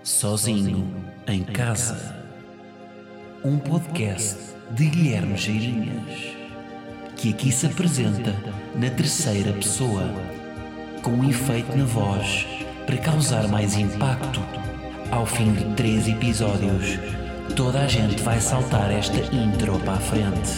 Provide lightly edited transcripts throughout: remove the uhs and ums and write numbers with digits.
Sozinho em Casa. Um podcast de Guilherme Geirinhas, que aqui se apresenta na terceira pessoa, com um efeito na voz para causar mais impacto. Ao fim de 3 episódios, toda a gente vai saltar esta intro para a frente.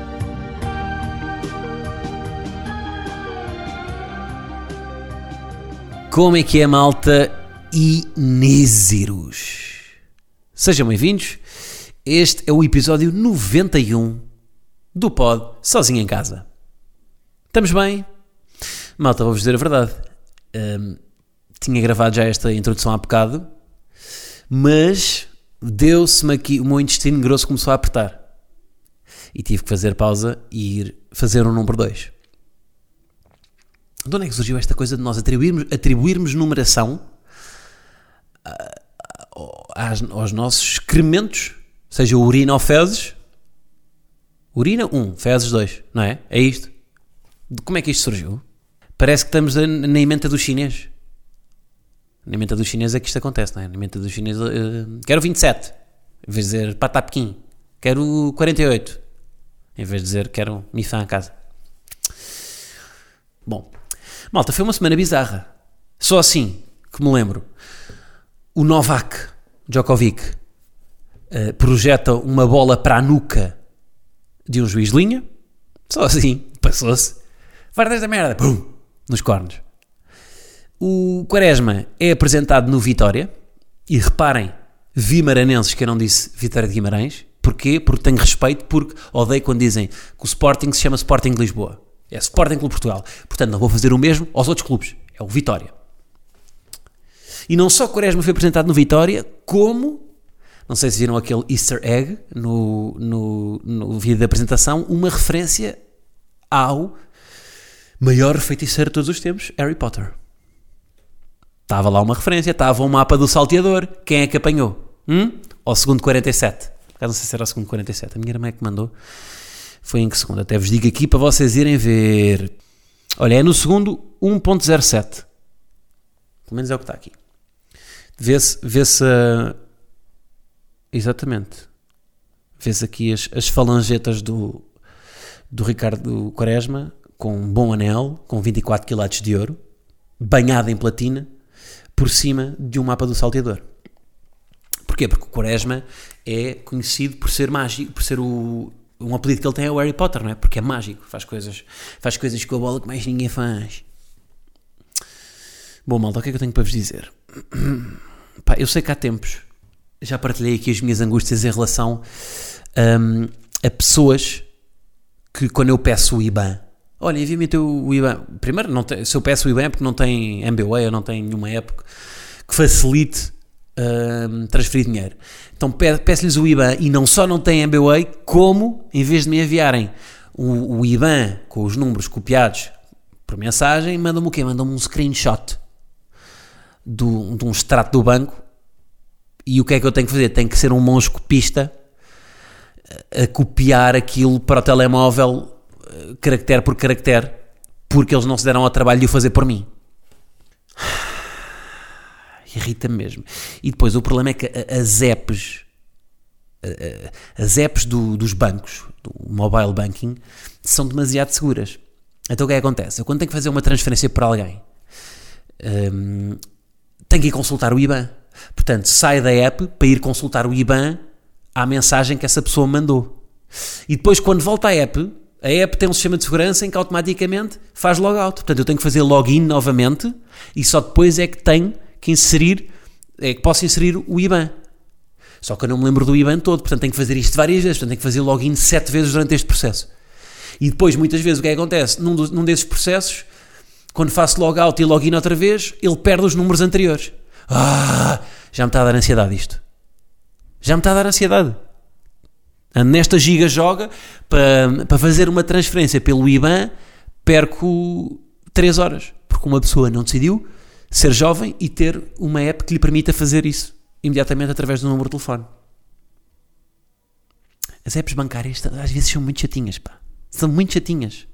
Como é que é, malta? Inésiros. Sejam bem-vindos. Este é o episódio 91 do pod Sozinho em Casa. Estamos bem? Malta, vou-vos dizer a verdade. Tinha gravado já esta introdução há bocado, mas deu-se-me aqui, o meu intestino grosso começou a apertar. E tive que fazer pausa e ir fazer um número 2. De onde é que surgiu esta coisa de nós atribuirmos numeração aos nossos excrementos, seja urina ou fezes? Urina 1, fezes 2, não é? É isto. Como é que isto surgiu? Parece que estamos na emenda do chinês. Na emenda do chinês é que isto acontece, não é? Na emenda do chinês, quero 27, em vez de dizer patapquim. Quero 48, em vez de dizer quero mifã a casa. Bom, malta, foi uma semana bizarra. Só assim que me lembro. O Novak Djokovic projeta uma bola para a nuca de um juiz de linha. Só assim, passou-se. Vai desta merda, pum, nos cornos. O Quaresma é apresentado no Vitória. E reparem, vimaranenses, que eu não disse Vitória de Guimarães. Porquê? Porque tenho respeito, porque odeio quando dizem que o Sporting se chama Sporting de Lisboa. É Sporting Clube Portugal. Portanto, não vou fazer o mesmo aos outros clubes. É o Vitória. E não só Quaresma foi apresentado no Vitória, como, não sei se viram aquele easter egg no vídeo da apresentação, uma referência ao maior feiticeiro de todos os tempos, Harry Potter. Estava lá uma referência, estava um mapa do salteador. Quem é que apanhou? Ao segundo 47. Não sei se era o segundo 47. A minha irmã é que mandou. Foi em que segundo? Até vos digo aqui para vocês irem ver. Olha, é no segundo 1.07. Pelo menos é o que está aqui. Vê-se exatamente. Vê-se aqui as falangetas do Ricardo Quaresma, com um bom anel, com 24 quilates de ouro, banhado em platina, por cima de um mapa do salteador. Porquê? Porque o Quaresma é conhecido por ser mágico, por ser um apelido que ele tem é o Harry Potter, não é? Porque é mágico, faz coisas com a bola que mais ninguém faz. Bom, malta, o que é que eu tenho para vos dizer? Pá, eu sei que há tempos já partilhei aqui as minhas angústias em relação a pessoas que, quando eu peço o IBAN, olha, envia-me o IBAN. Primeiro, se eu peço o IBAN é porque não tem MBWay ou não tem nenhuma app que facilite transferir dinheiro. Então peço-lhes o IBAN e não só não tem MBWay, como, em vez de me enviarem o IBAN com os números copiados por mensagem, mandam-me o quê? Mandam-me um screenshot de um extrato do banco. E o que é que eu tenho que fazer? Tenho que ser um monge copista a copiar aquilo para o telemóvel, caractere por caractere, porque eles não se deram ao trabalho de o fazer por mim. Irrita-me mesmo. E depois o problema é que as apps dos bancos, do mobile banking, são demasiado seguras. Então o que é que acontece? Eu, quando tenho que fazer uma transferência para alguém, tenho que ir consultar o IBAN. Portanto, saio da app para ir consultar o IBAN à mensagem que essa pessoa mandou. E depois, quando volta à app, a app tem um sistema de segurança em que automaticamente faz logout. Portanto, eu tenho que fazer login novamente e só depois é que tenho que posso inserir o IBAN. Só que eu não me lembro do IBAN todo, portanto tenho que fazer isto várias vezes, portanto tenho que fazer login 7 vezes durante este processo. E depois, muitas vezes, o que é que acontece? Num desses processos, quando faço logout e login outra vez, ele perde os números anteriores. Já me está a dar ansiedade isto. Já me está a dar ansiedade. Ando nesta giga-joga para fazer uma transferência pelo IBAN, perco 3 horas, porque uma pessoa não decidiu ser jovem e ter uma app que lhe permita fazer isso imediatamente através do número de telefone. As apps bancárias às vezes são muito chatinhas, pá. São muito chatinhas.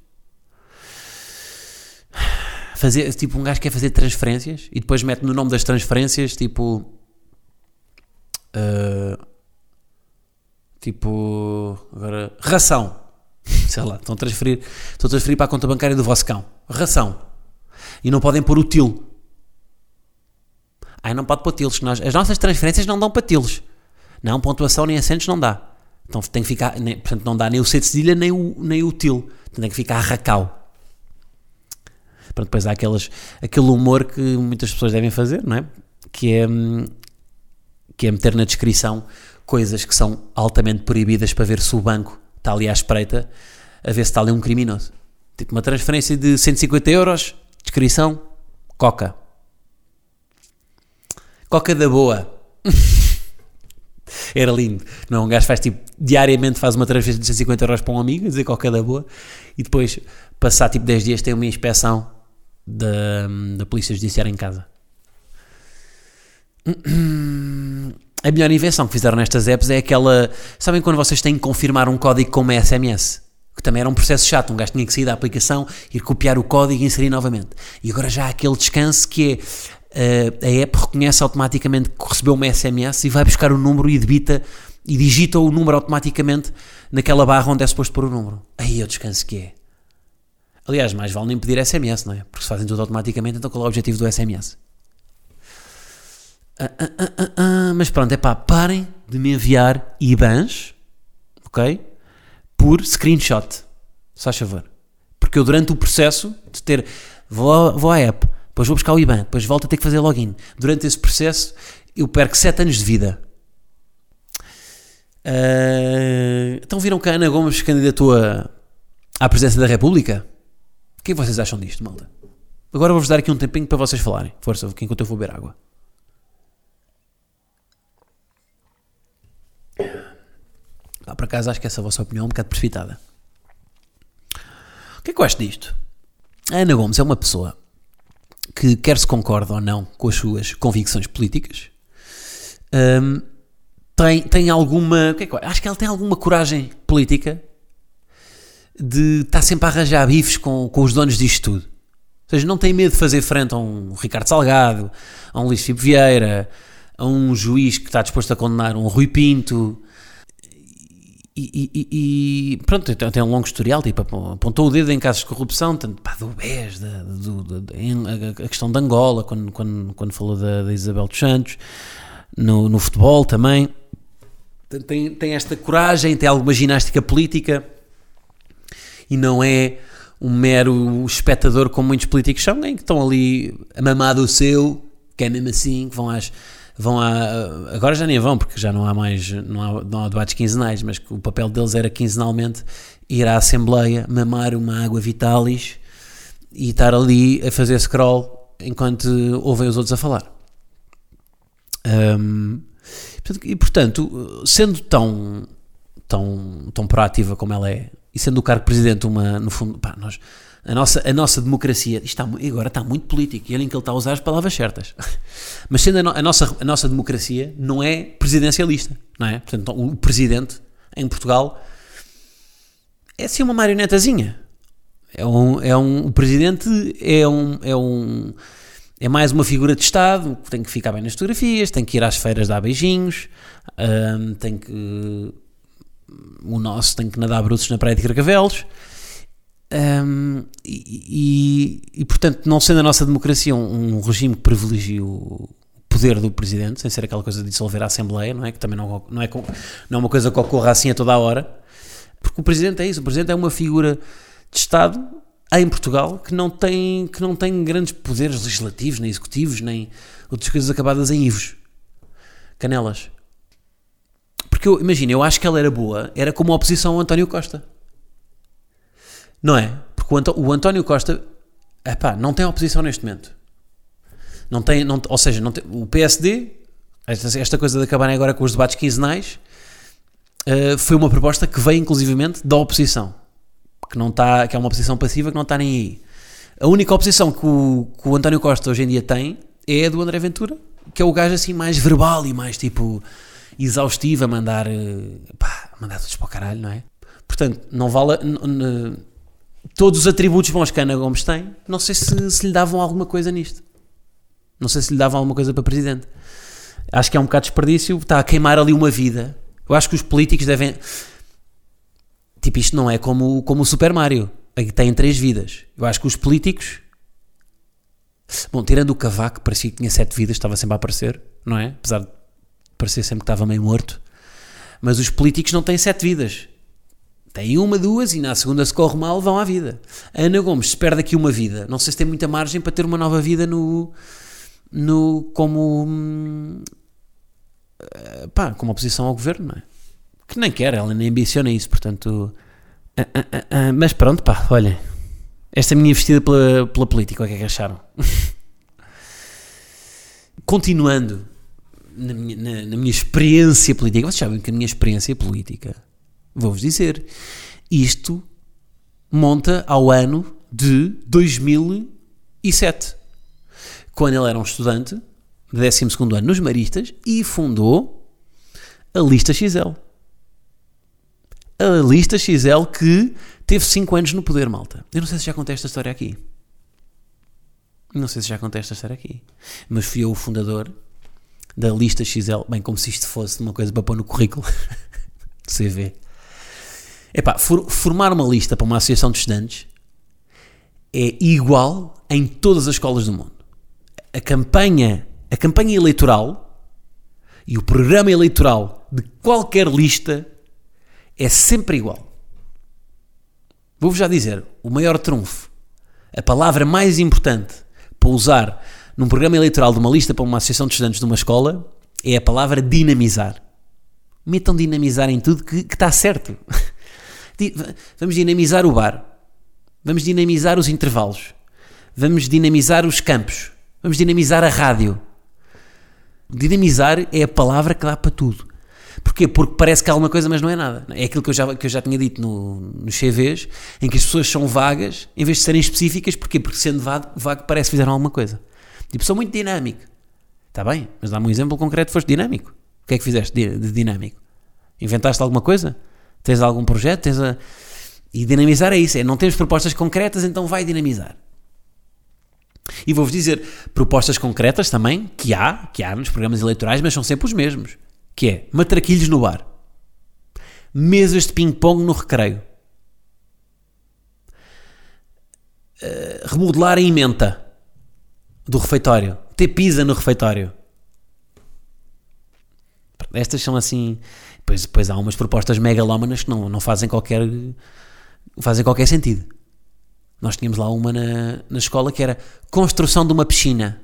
fazer, tipo, um gajo quer fazer transferências e depois mete no nome das transferências, tipo, Tipo, agora, ração. Sei lá, estão a transferir para a conta bancária do vosso cão. Ração. E não podem pôr o til. Não pode pôr tilos. As nossas transferências não dão para tilos. Não, pontuação nem acentos não dá. Então tem que ficar, portanto não dá nem o C de cedilha nem o til. Então tem que ficar racau. Pronto, depois há aquele humor que muitas pessoas devem fazer, não é? Que é meter na descrição coisas que são altamente proibidas para ver se o banco está ali à espreita, a ver se está ali um criminoso. Tipo uma transferência de 150 euros, descrição, Coca da boa. Era lindo. Não, um gajo faz tipo, diariamente faz uma transferência de 150 euros para um amigo, a dizer Coca da boa, e depois, passar tipo 10 dias, tem uma inspeção da Polícia Judiciária em casa. A melhor invenção que fizeram nestas apps é aquela... Sabem quando vocês têm que confirmar um código com uma SMS? Que também era um processo chato. Um gajo tinha que sair da aplicação, ir copiar o código e inserir novamente. E agora já há aquele descanso que é... a app reconhece automaticamente que recebeu uma SMS e vai buscar o número e debita e digita o número automaticamente naquela barra onde é suposto pôr o número. Aí é o descanso que é. Aliás, mais vale nem pedir SMS, não é? Porque se fazem tudo automaticamente, então qual é o objetivo do SMS? Mas pronto, parem de me enviar IBANs, ok? Por screenshot, se faz favor. Porque eu durante o processo de ter... Vou à app, depois vou buscar o IBAN, depois volto a ter que fazer login. Durante esse processo, eu perco 7 anos de vida. Então viram que a Ana Gomes candidatou à presidência da República? O que vocês acham disto, malta? Agora vou-vos dar aqui um tempinho para vocês falarem. Força, enquanto eu vou beber água. Por acaso acho que essa vossa opinião é um bocado precipitada. O que é que eu acho disto? A Ana Gomes é uma pessoa que, quer se concorde ou não com as suas convicções políticas, tem alguma... acho que ela tem alguma coragem política de estar sempre a arranjar bifes com os donos disto tudo. Ou seja, não tem medo de fazer frente a um Ricardo Salgado, a um Luís Filipe Vieira, a um juiz que está disposto a condenar um Rui Pinto... E pronto, tem um longo historial, tipo, apontou o dedo em casos de corrupção, tanto do BES, a questão de Angola, quando falou da Isabel dos Santos, no futebol também. Tem esta coragem, tem alguma ginástica política e não é um mero espectador como muitos políticos são, que estão ali a mamar do seu, que é mesmo assim, que agora já nem vão, porque já não há debates quinzenais, mas que o papel deles era quinzenalmente ir à Assembleia, mamar uma água Vitalis e estar ali a fazer scroll enquanto ouvem os outros a falar. E portanto, sendo tão proativa como ela é, e sendo o cargo de presidente no fundo, a nossa democracia, agora está muito político, e olhem que ele está a usar as palavras certas, mas sendo a nossa democracia não é presidencialista, não é? Portanto, o presidente em Portugal é assim uma marionetazinha, o presidente é mais uma figura de Estado, que tem que ficar bem nas fotografias, tem que ir às feiras dar beijinhos, o nosso tem que nadar bruços na praia de Carcavelos. Portanto, não sendo a nossa democracia um regime que privilegia o poder do presidente, sem ser aquela coisa de dissolver a Assembleia, não é? Que também não é uma coisa que ocorra assim a toda a hora, porque o presidente é isso, o presidente é uma figura de Estado em Portugal que não tem grandes poderes legislativos, nem executivos, nem outras coisas acabadas em ivos, canelas. Porque eu acho que ela era boa, era como a oposição ao António Costa. Não é? Porque o António Costa não tem oposição neste momento. Ou seja, o PSD, esta coisa de acabarem agora com os debates quinzenais, foi uma proposta que veio inclusivamente da oposição, que é uma oposição passiva que não está nem aí. A única oposição que o António Costa hoje em dia tem é a do André Ventura, que é o gajo assim mais verbal e mais tipo exaustivo, a mandar todos para o caralho, não é? Portanto, não vale... todos os atributos bons que a Ana Gomes tem, não sei se lhe davam alguma coisa nisto. Não sei se lhe davam alguma coisa para presidente. Acho que é um bocado de desperdício, está a queimar ali uma vida. Eu acho que os políticos devem... Tipo, isto não é como o Super Mario, que tem 3 vidas. Eu acho que os políticos... Bom, tirando o Cavaco, parecia que tinha 7 vidas, estava sempre a aparecer, não é? Apesar de parecer sempre que estava meio morto. Mas os políticos não têm 7 vidas. Têm 1, 2 e na segunda, se corre mal, vão à vida. A Ana Gomes, se perde aqui uma vida, não sei se tem muita margem para ter uma nova vida como oposição ao governo, não é? Que nem quer, ela nem ambiciona isso, portanto... Mas pronto, pá, olhem. Esta é a minha investida pela política, o que é que acharam? Continuando na minha experiência política, vocês sabem que a minha experiência política, vou-vos dizer, isto monta ao ano de 2007, quando ele era um estudante de 12º ano nos Maristas e fundou a Lista XL. A Lista XL que teve 5 anos no poder, malta. Eu não sei se já contei esta história aqui. Mas fui eu o fundador da Lista XL. Bem, como se isto fosse uma coisa para pôr no currículo. CV. Epá, formar uma lista para uma associação de estudantes é igual em todas as escolas do mundo. A campanha eleitoral e o programa eleitoral de qualquer lista é sempre igual. Vou-vos já dizer, o maior trunfo, a palavra mais importante para usar num programa eleitoral de uma lista para uma associação de estudantes de uma escola é a palavra dinamizar. Metam dinamizar em tudo que está certo. Vamos dinamizar o bar. Vamos dinamizar os intervalos. Vamos dinamizar os campos. Vamos dinamizar a rádio. Dinamizar é a palavra que dá para tudo. Porquê? Porque parece que há alguma coisa, mas não é nada. É aquilo que eu já tinha dito nos CVs, em que as pessoas são vagas, em vez de serem específicas. Porquê? Porque sendo vago parece que fizeram alguma coisa. Tipo, sou muito dinâmico. Está bem, mas dá-me um exemplo concreto, foste dinâmico. O que é que fizeste de dinâmico? Inventaste alguma coisa? Tens algum projeto? E dinamizar é isso, não temos propostas concretas, então vai dinamizar. E vou-vos dizer, propostas concretas também, que há nos programas eleitorais, mas são sempre os mesmos. Que é, matraquilhos no bar. Mesas de ping-pong no recreio. Remodelar a emenda do refeitório. Ter pizza no refeitório. Estas são assim... Depois há umas propostas megalómanas que não fazem qualquer sentido. Nós tínhamos lá uma na escola que era construção de uma piscina.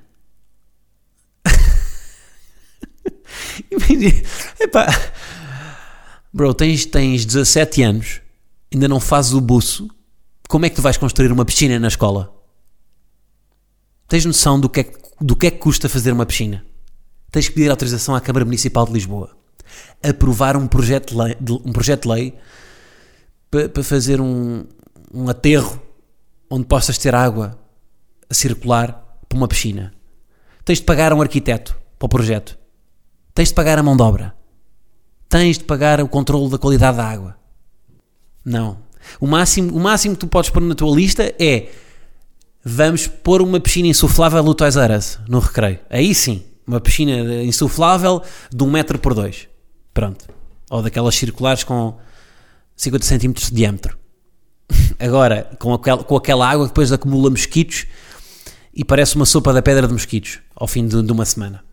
Epá, bro, tens 17 anos, ainda não fazes o buço, como é que tu vais construir uma piscina na escola? Tens noção do que é que custa fazer uma piscina? Tens que pedir autorização à Câmara Municipal de Lisboa, aprovar um projeto de lei para fazer um aterro onde possas ter água a circular para uma piscina. Tens de pagar a um arquiteto para o projeto. Tens de pagar a mão de obra. Tens de pagar o controle da qualidade da água. Não. O máximo que tu podes pôr na tua lista é: vamos pôr uma piscina insuflável do Toys R Us no recreio. Aí sim, uma piscina insuflável de 1 metro por 2. Pronto. Ou daquelas circulares com 50 centímetros de diâmetro. Agora, com aquela água que depois acumula mosquitos e parece uma sopa da pedra de mosquitos ao fim de uma semana.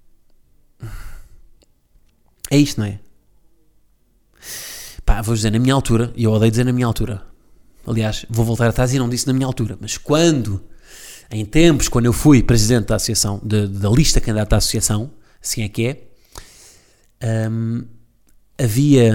É isto, não é? Pá, vou dizer na minha altura, e eu odeio dizer na minha altura. Aliás, vou voltar atrás e não disse na minha altura, mas em tempos, quando eu fui presidente da associação, da lista candidata à associação, assim é que é, havia...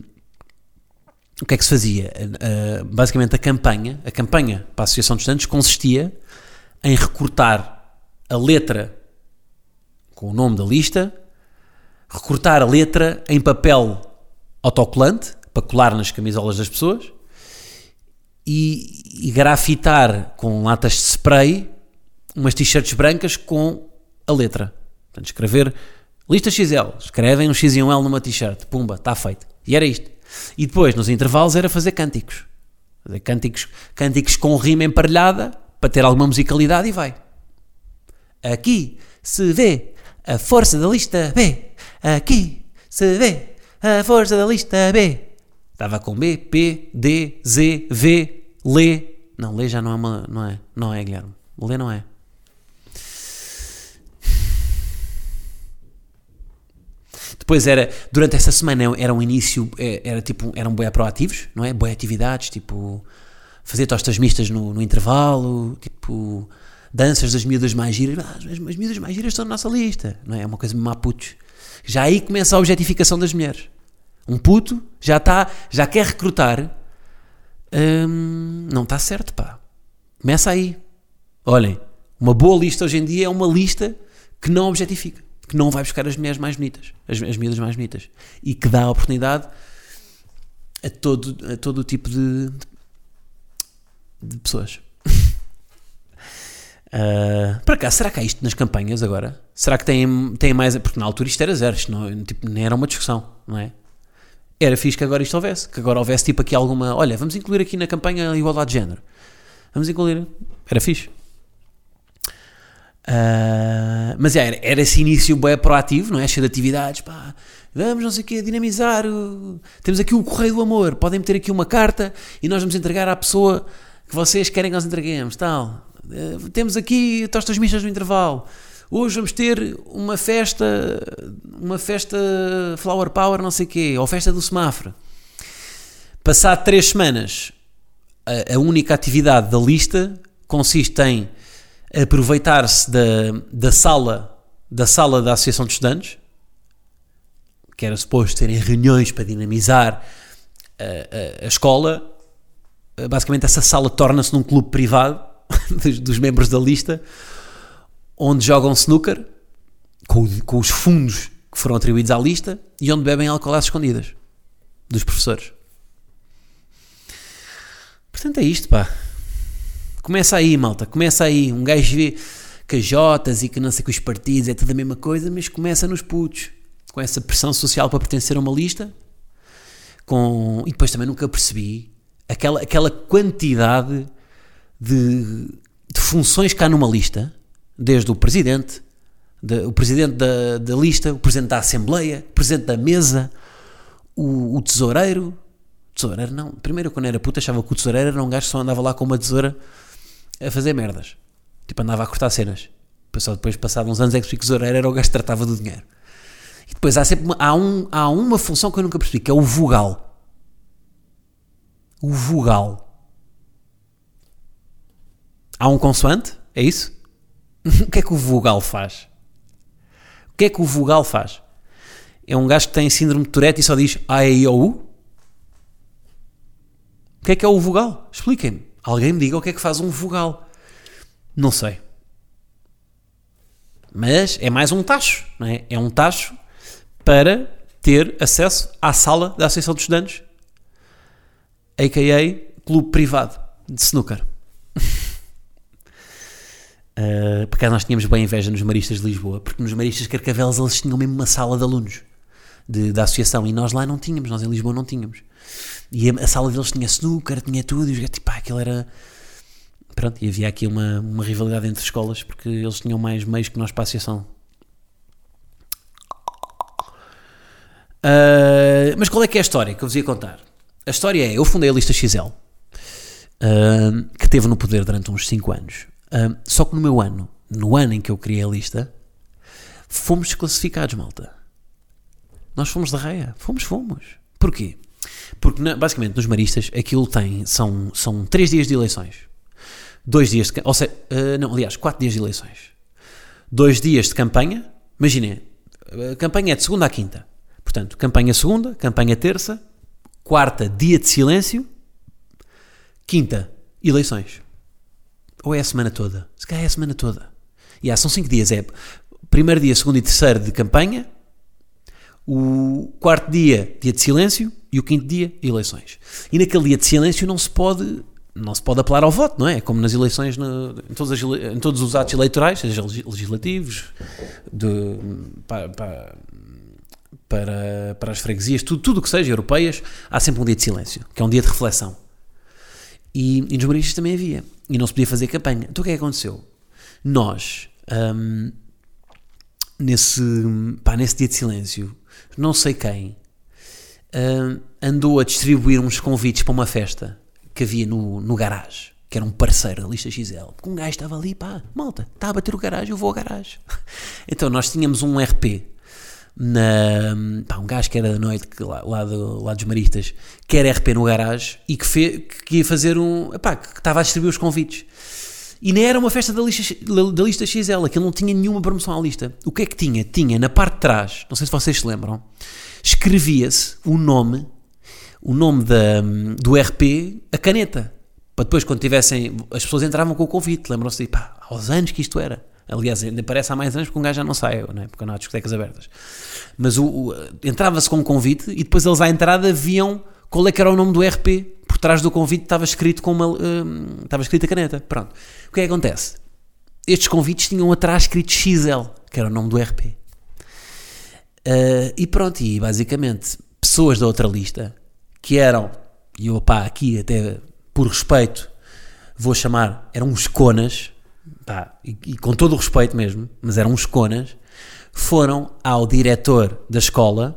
O que é que se fazia? Basicamente a campanha para a Associação de Estudantes consistia em recortar a letra com o nome da lista, recortar a letra em papel autocolante para colar nas camisolas das pessoas e grafitar com latas de spray umas t-shirts brancas com a letra. Portanto, escrever lista XL, escrevem um X e um L numa t-shirt, pumba, está feito. E era isto. E depois, nos intervalos, era fazer cânticos. Cânticos com rima emparelhada, para ter alguma musicalidade, e vai. Aqui se vê A força da lista B, aqui se vê a força da lista B. Estava com B, P, D, Z, V, Lê. Não, Lê já não é uma. Não é, Guilherme. Lê não é. Depois durante essa semana era um início, eram bué proativos, não é? Bué atividades, tipo, fazer tostas mistas no intervalo, tipo, danças das miúdas mais giras. As miúdas mais giras estão na nossa lista, não é? É uma coisa mesmo putos. Já aí começa a objetificação das mulheres. Um puto já quer recrutar, não está certo, pá. Começa aí. Olhem, uma boa lista hoje em dia é uma lista que não objetifica, que não vai buscar as mulheres mais bonitas, as miúdas mais bonitas, e que dá a oportunidade a todo o tipo de pessoas. Para cá, será que há isto nas campanhas agora? Será que tem mais? Porque na altura isto era zero, isto não, tipo, nem era uma discussão, não é? Era fixe que agora isto houvesse, tipo aqui alguma, olha, vamos incluir aqui na campanha a igualdade de género, vamos incluir, era fixe. Mas era esse início bem proativo, não é? Cheio de atividades, pá, vamos não sei o quê, dinamizar, temos aqui o Correio do Amor, podem meter aqui uma carta e nós vamos entregar à pessoa que vocês querem que nós entreguemos, tal. Temos aqui tostas mistas no intervalo, hoje vamos ter uma festa Flower Power não sei o quê, ou festa do semáforo. Passado 3 semanas, a única atividade da lista consiste em aproveitar-se da sala da Associação de Estudantes, que era suposto terem reuniões para dinamizar a escola. Basicamente essa sala torna-se num clube privado dos membros da lista, onde jogam snooker com os fundos que foram atribuídos à lista e onde bebem álcool às escondidas dos professores. Portanto é isto, pá. Começa aí, malta, começa aí. Um gajo vê cajotas e que não sei que os partidos é tudo a mesma coisa, mas começa nos putos, com essa pressão social para pertencer a uma lista, e depois também nunca percebi aquela quantidade de funções que há numa lista, desde o presidente da lista, o presidente da Assembleia, o presidente da mesa, o tesoureiro. Tesoureiro não, primeiro quando era puto achava que o tesoureiro era um gajo que só andava lá com uma tesoura a fazer merdas, tipo andava a cortar cenas. Só depois, passados uns anos, é que o tesoureiro era o gajo que tratava do dinheiro. E depois há uma função que eu nunca percebi, que é o vogal. O vogal. Há um consoante? É isso? O que é que o vogal faz? O que é que o vogal faz? É um gajo que tem síndrome de Tourette e só diz A, E, I, O, U? O que é o vogal? Expliquem-me. Alguém me diga o que é que faz um vogal. Não sei. Mas é mais um tacho, não é? É um tacho para ter acesso à sala da Associação de Estudantes, a.k.a. clube privado de snooker. Porque nós tínhamos bem inveja nos Maristas de Lisboa, porque nos Maristas de Carcavelos eles tinham mesmo uma sala de alunos da associação e nós lá não tínhamos, nós em Lisboa não tínhamos. E a sala deles tinha snooker, tinha tudo, e os gajos, tipo, aquilo era... Pronto, e havia aqui uma rivalidade entre escolas, porque eles tinham mais meios que nós para a associação. Mas qual é que é a história que eu vos ia contar? A história é, eu fundei a lista XL, que esteve no poder durante uns 5 anos. Só que no ano em que eu criei a lista, fomos desclassificados, malta. Nós fomos de raia. Fomos. Porquê? Porque, basicamente, nos Maristas, aquilo são 3 dias de eleições. 2 dias de... Ou seja, 4 dias de eleições. 2 dias de campanha. Imaginem, a campanha é de segunda à quinta. Portanto, campanha segunda, campanha terça, quarta, dia de silêncio, quinta, eleições. Ou é a semana toda? Se calhar é a semana toda. São 5 dias. É primeiro dia, segundo e terceiro de campanha, o quarto dia, dia de silêncio, e o quinto dia, eleições. E naquele dia de silêncio não se pode apelar ao voto, não é? Como nas eleições, em todos os atos eleitorais, seja legislativos, para as freguesias, tudo o que seja, europeias, há sempre um dia de silêncio, que é um dia de reflexão. E nos Maristas também havia. E não se podia fazer campanha. Então o que é que aconteceu? Nós nesse dia de silêncio, não sei quem, andou a distribuir uns convites para uma festa que havia no garagem, que era um parceiro da lista XL, porque um gajo estava ali, pá, malta, está a bater o garagem, eu vou ao garagem. Então nós tínhamos um RP, um gajo que era da noite, lá dos Maristas, que era RP no garagem e que ia fazer que estava a distribuir os convites. E nem era uma festa da lista XL, aquilo não tinha nenhuma promoção à lista. O que é que tinha? Tinha na parte de trás, não sei se vocês se lembram, escrevia-se o nome do RP, a caneta, para depois quando tivessem, as pessoas entravam com o convite, lembram-se de, aos anos que isto era. Aliás, ainda parece há mais anos porque um gajo já não sai, não é? Porque não há discotecas abertas. Mas entrava-se com um convite e depois eles à entrada viam qual é que era o nome do RP. Por trás do convite estava escrito estava escrita a caneta. Pronto. O que é que acontece? Estes convites tinham atrás escrito XL, que era o nome do RP. E pronto, e basicamente pessoas da outra lista que eram, e eu aqui até por respeito vou chamar, eram uns conas, e com todo o respeito mesmo, mas eram uns conas, foram ao diretor da escola,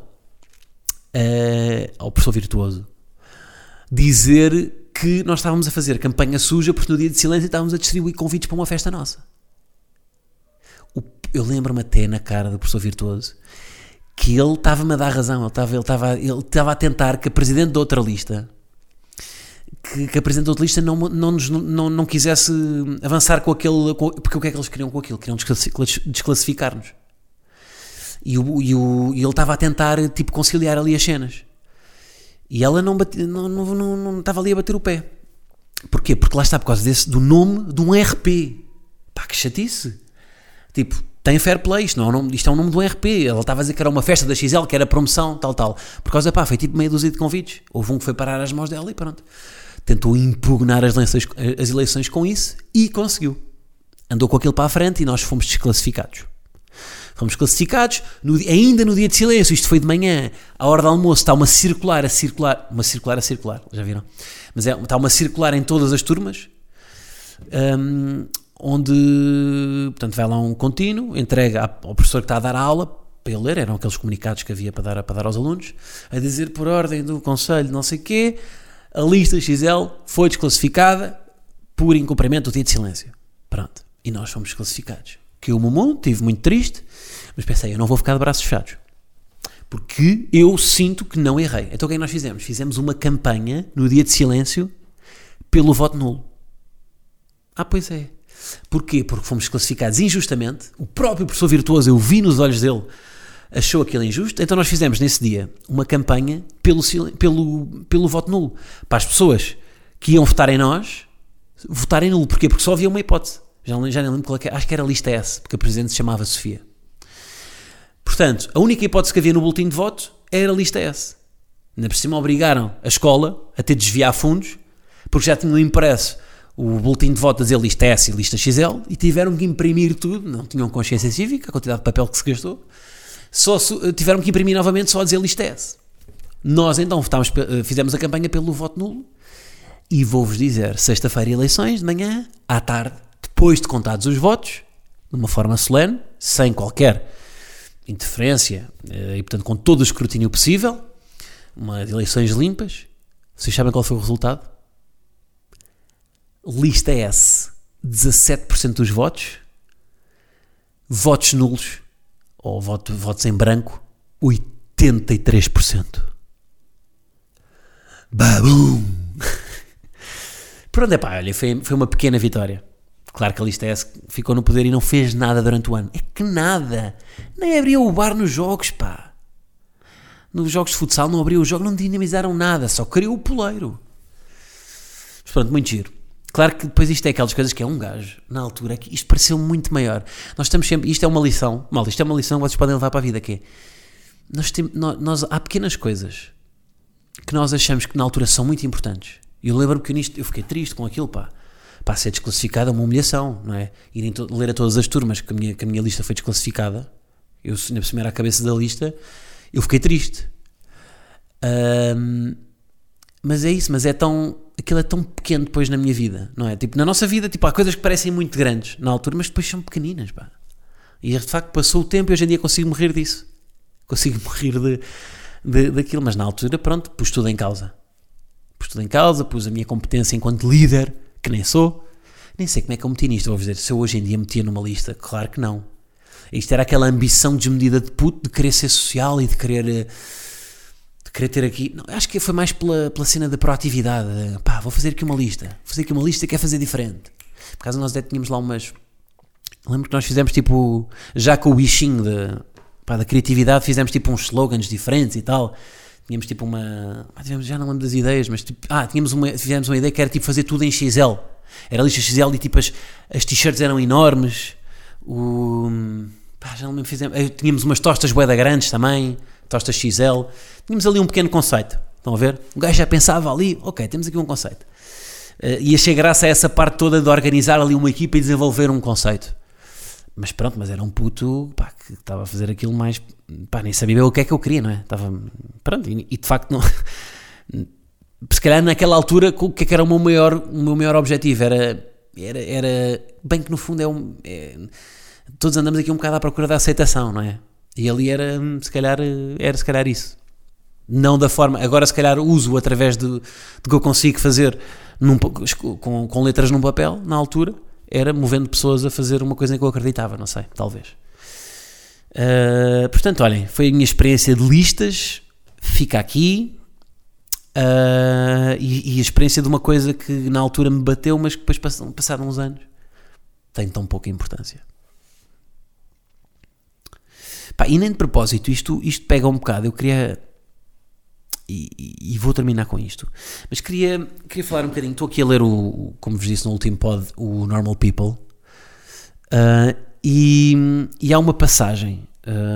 ao professor Virtuoso, dizer que nós estávamos a fazer campanha suja porque no dia de silêncio estávamos a distribuir convites para uma festa nossa. Eu lembro-me até na cara do professor Virtuoso que ele estava-me a dar razão, ele estava a tentar que a presidente da outra lista não quisesse avançar com aquele, porque o que é que eles queriam com aquilo? Queriam desclassificar-nos. E ele estava a tentar conciliar ali as cenas. E ela não estava ali a bater o pé. Porquê? Porque lá está, por causa do nome de um RP. Que chatice. Tem fair play, isto é o nome de um RP. Ela estava a dizer que era uma festa da XL, que era promoção, tal. Por causa, foi meia dúzia de convites. Houve um que foi parar às mãos dela e pronto. Tentou impugnar as eleições com isso e conseguiu. Andou com aquilo para a frente e nós fomos desclassificados. Fomos classificados, ainda no dia de silêncio, isto foi de manhã, à hora do almoço, está uma circular a circular, já viram? Mas está uma circular em todas as turmas, onde, portanto, vai lá um contínuo, entrega ao professor que está a dar a aula, para ele ler, eram aqueles comunicados que havia para dar aos alunos, a dizer por ordem do conselho não sei o quê, a lista XL foi desclassificada por incumprimento do dia de silêncio. Pronto, e nós fomos desclassificados. Caiu-me o mundo, estive muito triste, mas pensei, eu não vou ficar de braços fechados, porque eu sinto que não errei. Então o que é que nós fizemos? Fizemos uma campanha no dia de silêncio pelo voto nulo. Pois é. Porquê? Porque fomos classificados injustamente, o próprio professor Virtuoso, eu vi nos olhos dele, achou aquilo injusto, então nós fizemos nesse dia uma campanha pelo voto nulo, para as pessoas que iam votar em nós, votarem nulo. Porquê? Porque só havia uma hipótese. Já nem lembro qual é que era. Acho que era a lista S, porque a presidente se chamava Sofia. Portanto, a única hipótese que havia no boletim de voto era a lista S. Ainda por cima obrigaram a escola a ter de desviar fundos, porque já tinham impresso o boletim de voto a dizer lista S e lista XL, e tiveram que imprimir tudo, não tinham consciência cívica, a quantidade de papel que se gastou, tiveram que imprimir novamente só a dizer lista S. Nós então fizemos a campanha pelo voto nulo, e vou-vos dizer, sexta-feira eleições, de manhã, à tarde, depois de contados os votos, de uma forma solene, sem qualquer interferência, e portanto com todo o escrutínio possível, uma de eleições limpas, vocês sabem qual foi o resultado? Lista S, 17% dos votos, votos nulos, ou votos em branco, 83%. Babum! Pronto, olha, foi uma pequena vitória. Claro que a lista S ficou no poder e não fez nada durante o ano. É que nada. Nem abriu o bar nos jogos, Nos jogos de futsal não abriu o jogo, não dinamizaram nada, só criou o poleiro. Mas pronto, muito giro. Claro que depois isto é aquelas coisas que é um gajo, na altura, que isto pareceu muito maior. Nós estamos sempre, isto é uma lição, isto é uma lição que vocês podem levar para a vida, que é, há pequenas coisas que nós achamos que na altura são muito importantes. E eu lembro-me que eu fiquei triste com aquilo, para ser desclassificada, uma humilhação, não é? Irem ler a todas as turmas que a minha lista foi desclassificada, eu ainda por cima era a cabeça da lista, eu fiquei triste. Mas é isso, aquilo é tão pequeno depois na minha vida, não é? Na nossa vida, há coisas que parecem muito grandes na altura, mas depois são pequeninas, E de facto passou o tempo e hoje em dia consigo morrer disso. Consigo morrer daquilo, mas na altura, pronto, pus tudo em causa. Pus a minha competência enquanto líder, que nem sou. Nem sei como é que eu meti nisto, vou dizer, se eu hoje em dia metia numa lista, claro que não. Isto era aquela ambição desmedida de puto, de querer ser social e de querer ter aqui, não, acho que foi mais pela cena da proatividade, vou fazer aqui uma lista que é fazer diferente. Por causa nós até tínhamos lá umas, lembro que nós fizemos tipo, já com o bichinho da criatividade, fizemos tipo uns slogans diferentes e tal, tínhamos tipo já não lembro das ideias, mas tipo, fizemos uma ideia que era tipo fazer tudo em XL, era lista XL e tipo as t-shirts eram enormes, já não lembro, tínhamos umas tostas bué grandes também, tostas XL, tínhamos ali um pequeno conceito, estão a ver? O gajo já pensava ali, ok, temos aqui um conceito. E achei graça a essa parte toda de organizar ali uma equipa e desenvolver um conceito. Mas pronto, mas era um puto que estava a fazer aquilo mais, nem sabia bem o que é que eu queria, não é? Estava, pronto, e de facto não... Se calhar naquela altura, o que é que era o meu maior objetivo? Era bem que no fundo todos andamos aqui um bocado à procura da aceitação, não é? E ali era se calhar isso. Não da forma, agora se calhar uso através do que eu consigo fazer com letras num papel, na altura, era movendo pessoas a fazer uma coisa em que eu acreditava, não sei, talvez. Portanto, olhem, foi a minha experiência de listas, fica aqui, e a experiência de uma coisa que na altura me bateu, mas que depois passaram uns anos, tem tão pouca importância. E nem de propósito, isto pega um bocado, eu queria, e vou terminar com isto, mas queria falar um bocadinho, estou aqui a ler como vos disse no último pod, o Normal People, e há uma passagem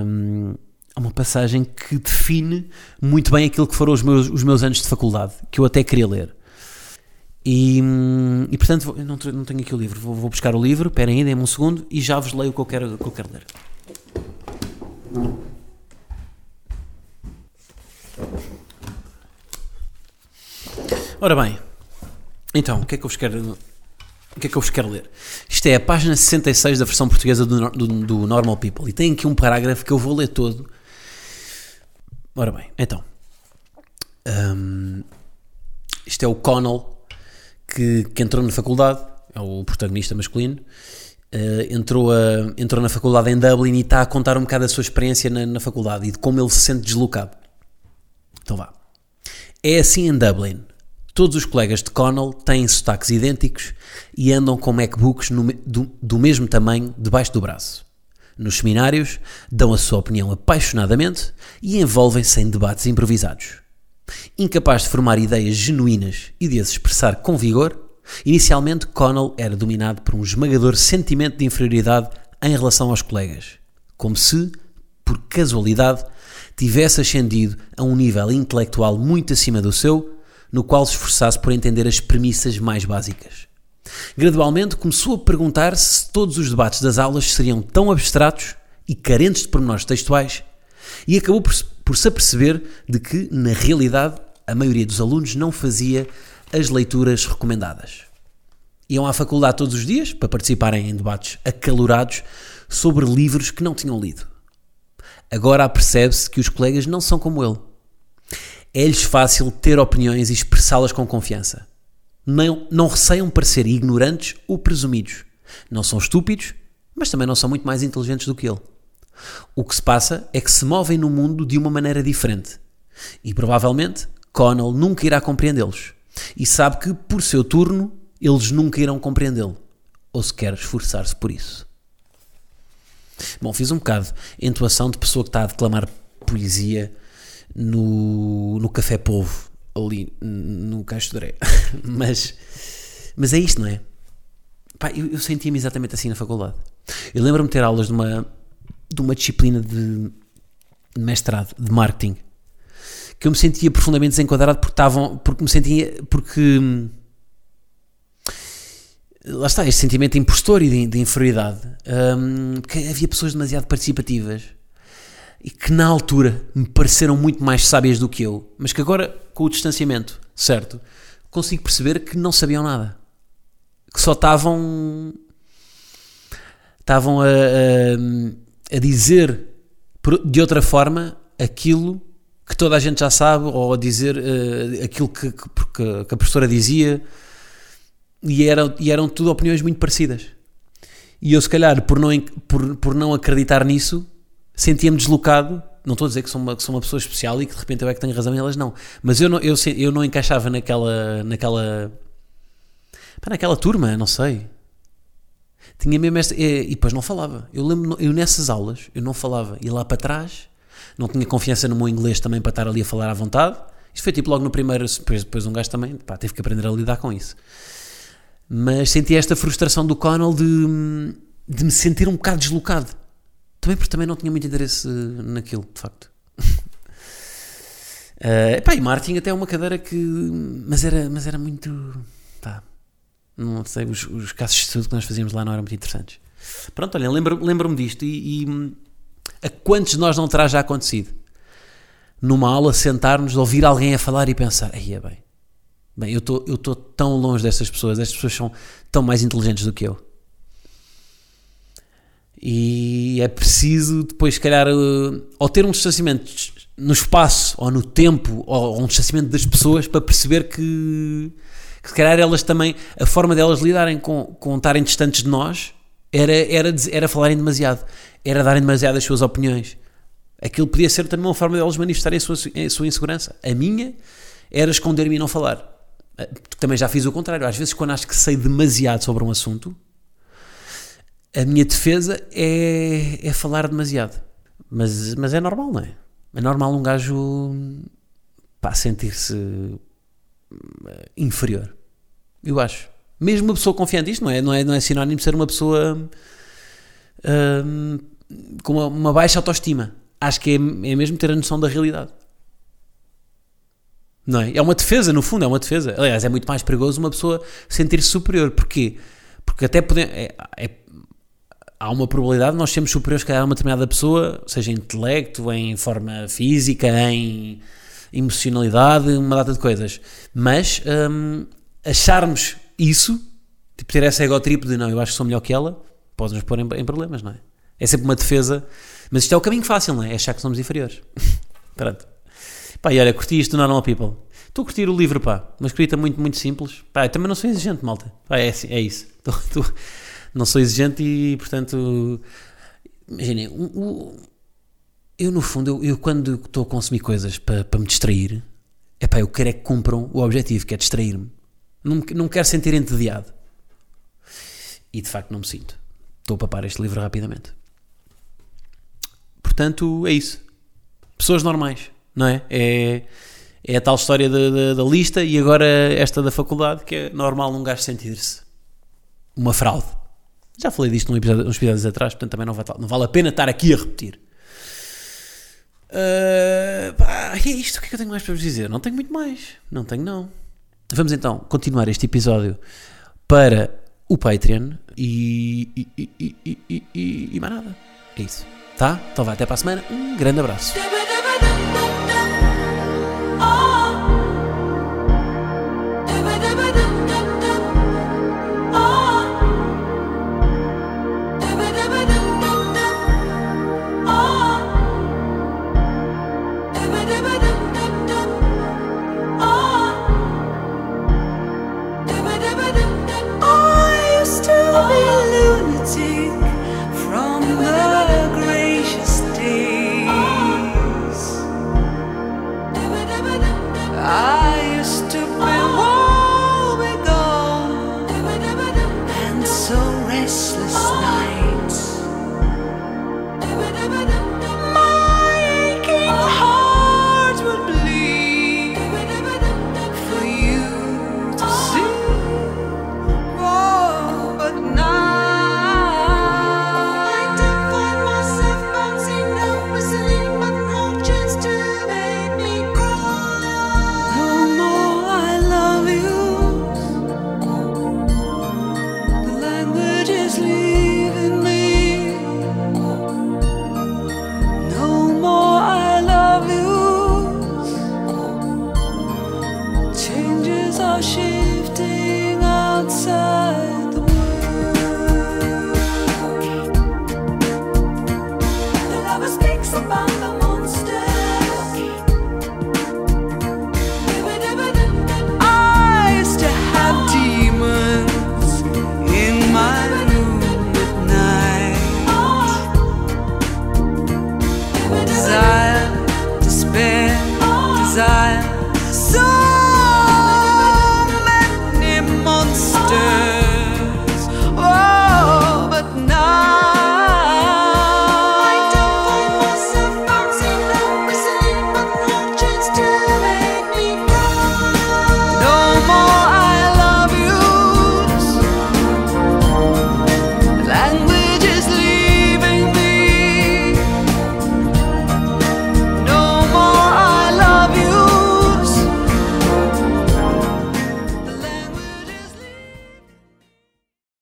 que define muito bem aquilo que foram os meus anos de faculdade, que eu até queria ler, e portanto, eu não tenho aqui o livro, vou buscar o livro, esperem aí, dêem-me um segundo, e já vos leio o que eu quero ler. Ora bem, então, o que é que eu vos quero ler? Isto é a página 66 da versão portuguesa do Normal People, e tem aqui um parágrafo que eu vou ler todo. Ora bem, então, isto é o Connell, que entrou na faculdade, é o protagonista masculino, entrou na faculdade em Dublin e está a contar um bocado a sua experiência na faculdade e de como ele se sente deslocado. Então vá. É assim em Dublin. Todos os colegas de Connell têm sotaques idênticos e andam com MacBooks do mesmo tamanho debaixo do braço. Nos seminários, dão a sua opinião apaixonadamente e envolvem-se em debates improvisados. Incapaz de formar ideias genuínas e de as expressar com vigor, inicialmente Connell era dominado por um esmagador sentimento de inferioridade em relação aos colegas, como se, por casualidade, tivesse ascendido a um nível intelectual muito acima do seu, no qual se esforçasse por entender as premissas mais básicas. Gradualmente começou a perguntar-se se todos os debates das aulas seriam tão abstratos e carentes de pormenores textuais, e acabou por se aperceber de que, na realidade, a maioria dos alunos não fazia as leituras recomendadas. Iam à faculdade todos os dias para participarem em debates acalorados sobre livros que não tinham lido. Agora apercebe-se que os colegas não são como ele. É-lhes fácil ter opiniões e expressá-las com confiança. Não receiam parecer ignorantes ou presumidos. Não são estúpidos, mas também não são muito mais inteligentes do que ele. O que se passa é que se movem no mundo de uma maneira diferente. E provavelmente Connell nunca irá compreendê-los. E sabe que, por seu turno, eles nunca irão compreendê-lo. Ou sequer esforçar-se por isso. Bom, fiz um bocado a entoação de pessoa que está a declamar poesia no Café Povo, ali no Caixo de Dré. Mas é isto, não é? Eu sentia-me exatamente assim na faculdade. Eu lembro-me de ter aulas de uma disciplina de mestrado, de marketing, que eu me sentia profundamente desenquadrado porque lá está, este sentimento de impostor e de inferioridade, porque havia pessoas demasiado participativas e que na altura me pareceram muito mais sábias do que eu, mas que agora, com o distanciamento, certo, consigo perceber que não sabiam nada, que só estavam estavam a dizer de outra forma aquilo que toda a gente já sabe, ou a dizer aquilo que a professora dizia, e eram tudo opiniões muito parecidas. E eu, se calhar, por não acreditar nisso, sentia-me deslocado. Não estou a dizer que sou uma pessoa especial e que de repente eu é que tenho razão e elas não, mas eu não encaixava naquela turma, não sei. Tinha mesmo e depois não falava. Eu lembro, eu nessas aulas, eu não falava. Ia lá para trás, não tinha confiança no meu inglês também para estar ali a falar à vontade. Isto foi tipo logo no primeiro, depois um gajo também, teve que aprender a lidar com isso. Mas senti esta frustração do Connell de me sentir um bocado deslocado. Também porque também não tinha muito interesse naquilo, de facto. E Martin até é uma cadeira que... Mas era muito... Não sei, os casos de estudo que nós fazíamos lá não eram muito interessantes. Pronto, olha, lembro-me disto e a quantos de nós não terá já acontecido? Numa aula, sentar-nos, ouvir alguém a falar e pensar, aí é bem, eu estou tão longe destas pessoas são tão mais inteligentes do que eu. E é preciso depois, se calhar, ou ter um distanciamento no espaço, ou no tempo, ou um distanciamento das pessoas para perceber que se calhar elas também, a forma delas lidarem com estarem distantes de nós era falarem demasiado, era darem demasiado as suas opiniões. Aquilo podia ser também uma forma delas manifestarem a sua insegurança. A minha era esconder-me e não falar. Também já fiz o contrário. Às vezes, quando acho que sei demasiado sobre um assunto, a minha defesa é falar demasiado. Mas é normal, não é? É normal um gajo sentir-se inferior. Eu acho. Mesmo uma pessoa confiante, isto não é sinónimo de ser uma pessoa com uma baixa autoestima. Acho que é mesmo ter a noção da realidade. Não é? É uma defesa, no fundo, é uma defesa. Aliás, é muito mais perigoso uma pessoa sentir-se superior. Porquê? Porque até há uma probabilidade de nós sermos superiores a uma determinada pessoa, seja em intelecto, em forma física, em emocionalidade, uma data de coisas. Mas acharmos isso, tipo ter essa egotrip de não, eu acho que sou melhor que ela, pode nos pôr em problemas, não é? É sempre uma defesa, mas isto é o caminho fácil, não é? É achar que somos inferiores. Pronto. E olha, curti isto do Normal People. Estou a curtir o livro, uma escrita muito, muito simples. Eu também não sou exigente, malta. É isso. Não sou exigente e, portanto, imaginem, eu no fundo, eu quando estou a consumir coisas para me distrair, eu quero é que cumpram o objetivo, que é distrair-me. Não quero sentir entediado. E de facto não me sinto. Estou a papar este livro rapidamente. Portanto, é isso. Pessoas normais, não é? É a tal história da lista e agora esta da faculdade, que é normal um gajo sentir-se uma fraude. Já falei disto uns episódios atrás, portanto também não vale a pena estar aqui a repetir. É isto, o que é que eu tenho mais para vos dizer? Não tenho muito mais, não tenho não. Vamos então continuar este episódio para o Patreon e mais nada, é isso, tá? Então vai, até para a semana, um grande abraço. From the gracious day about the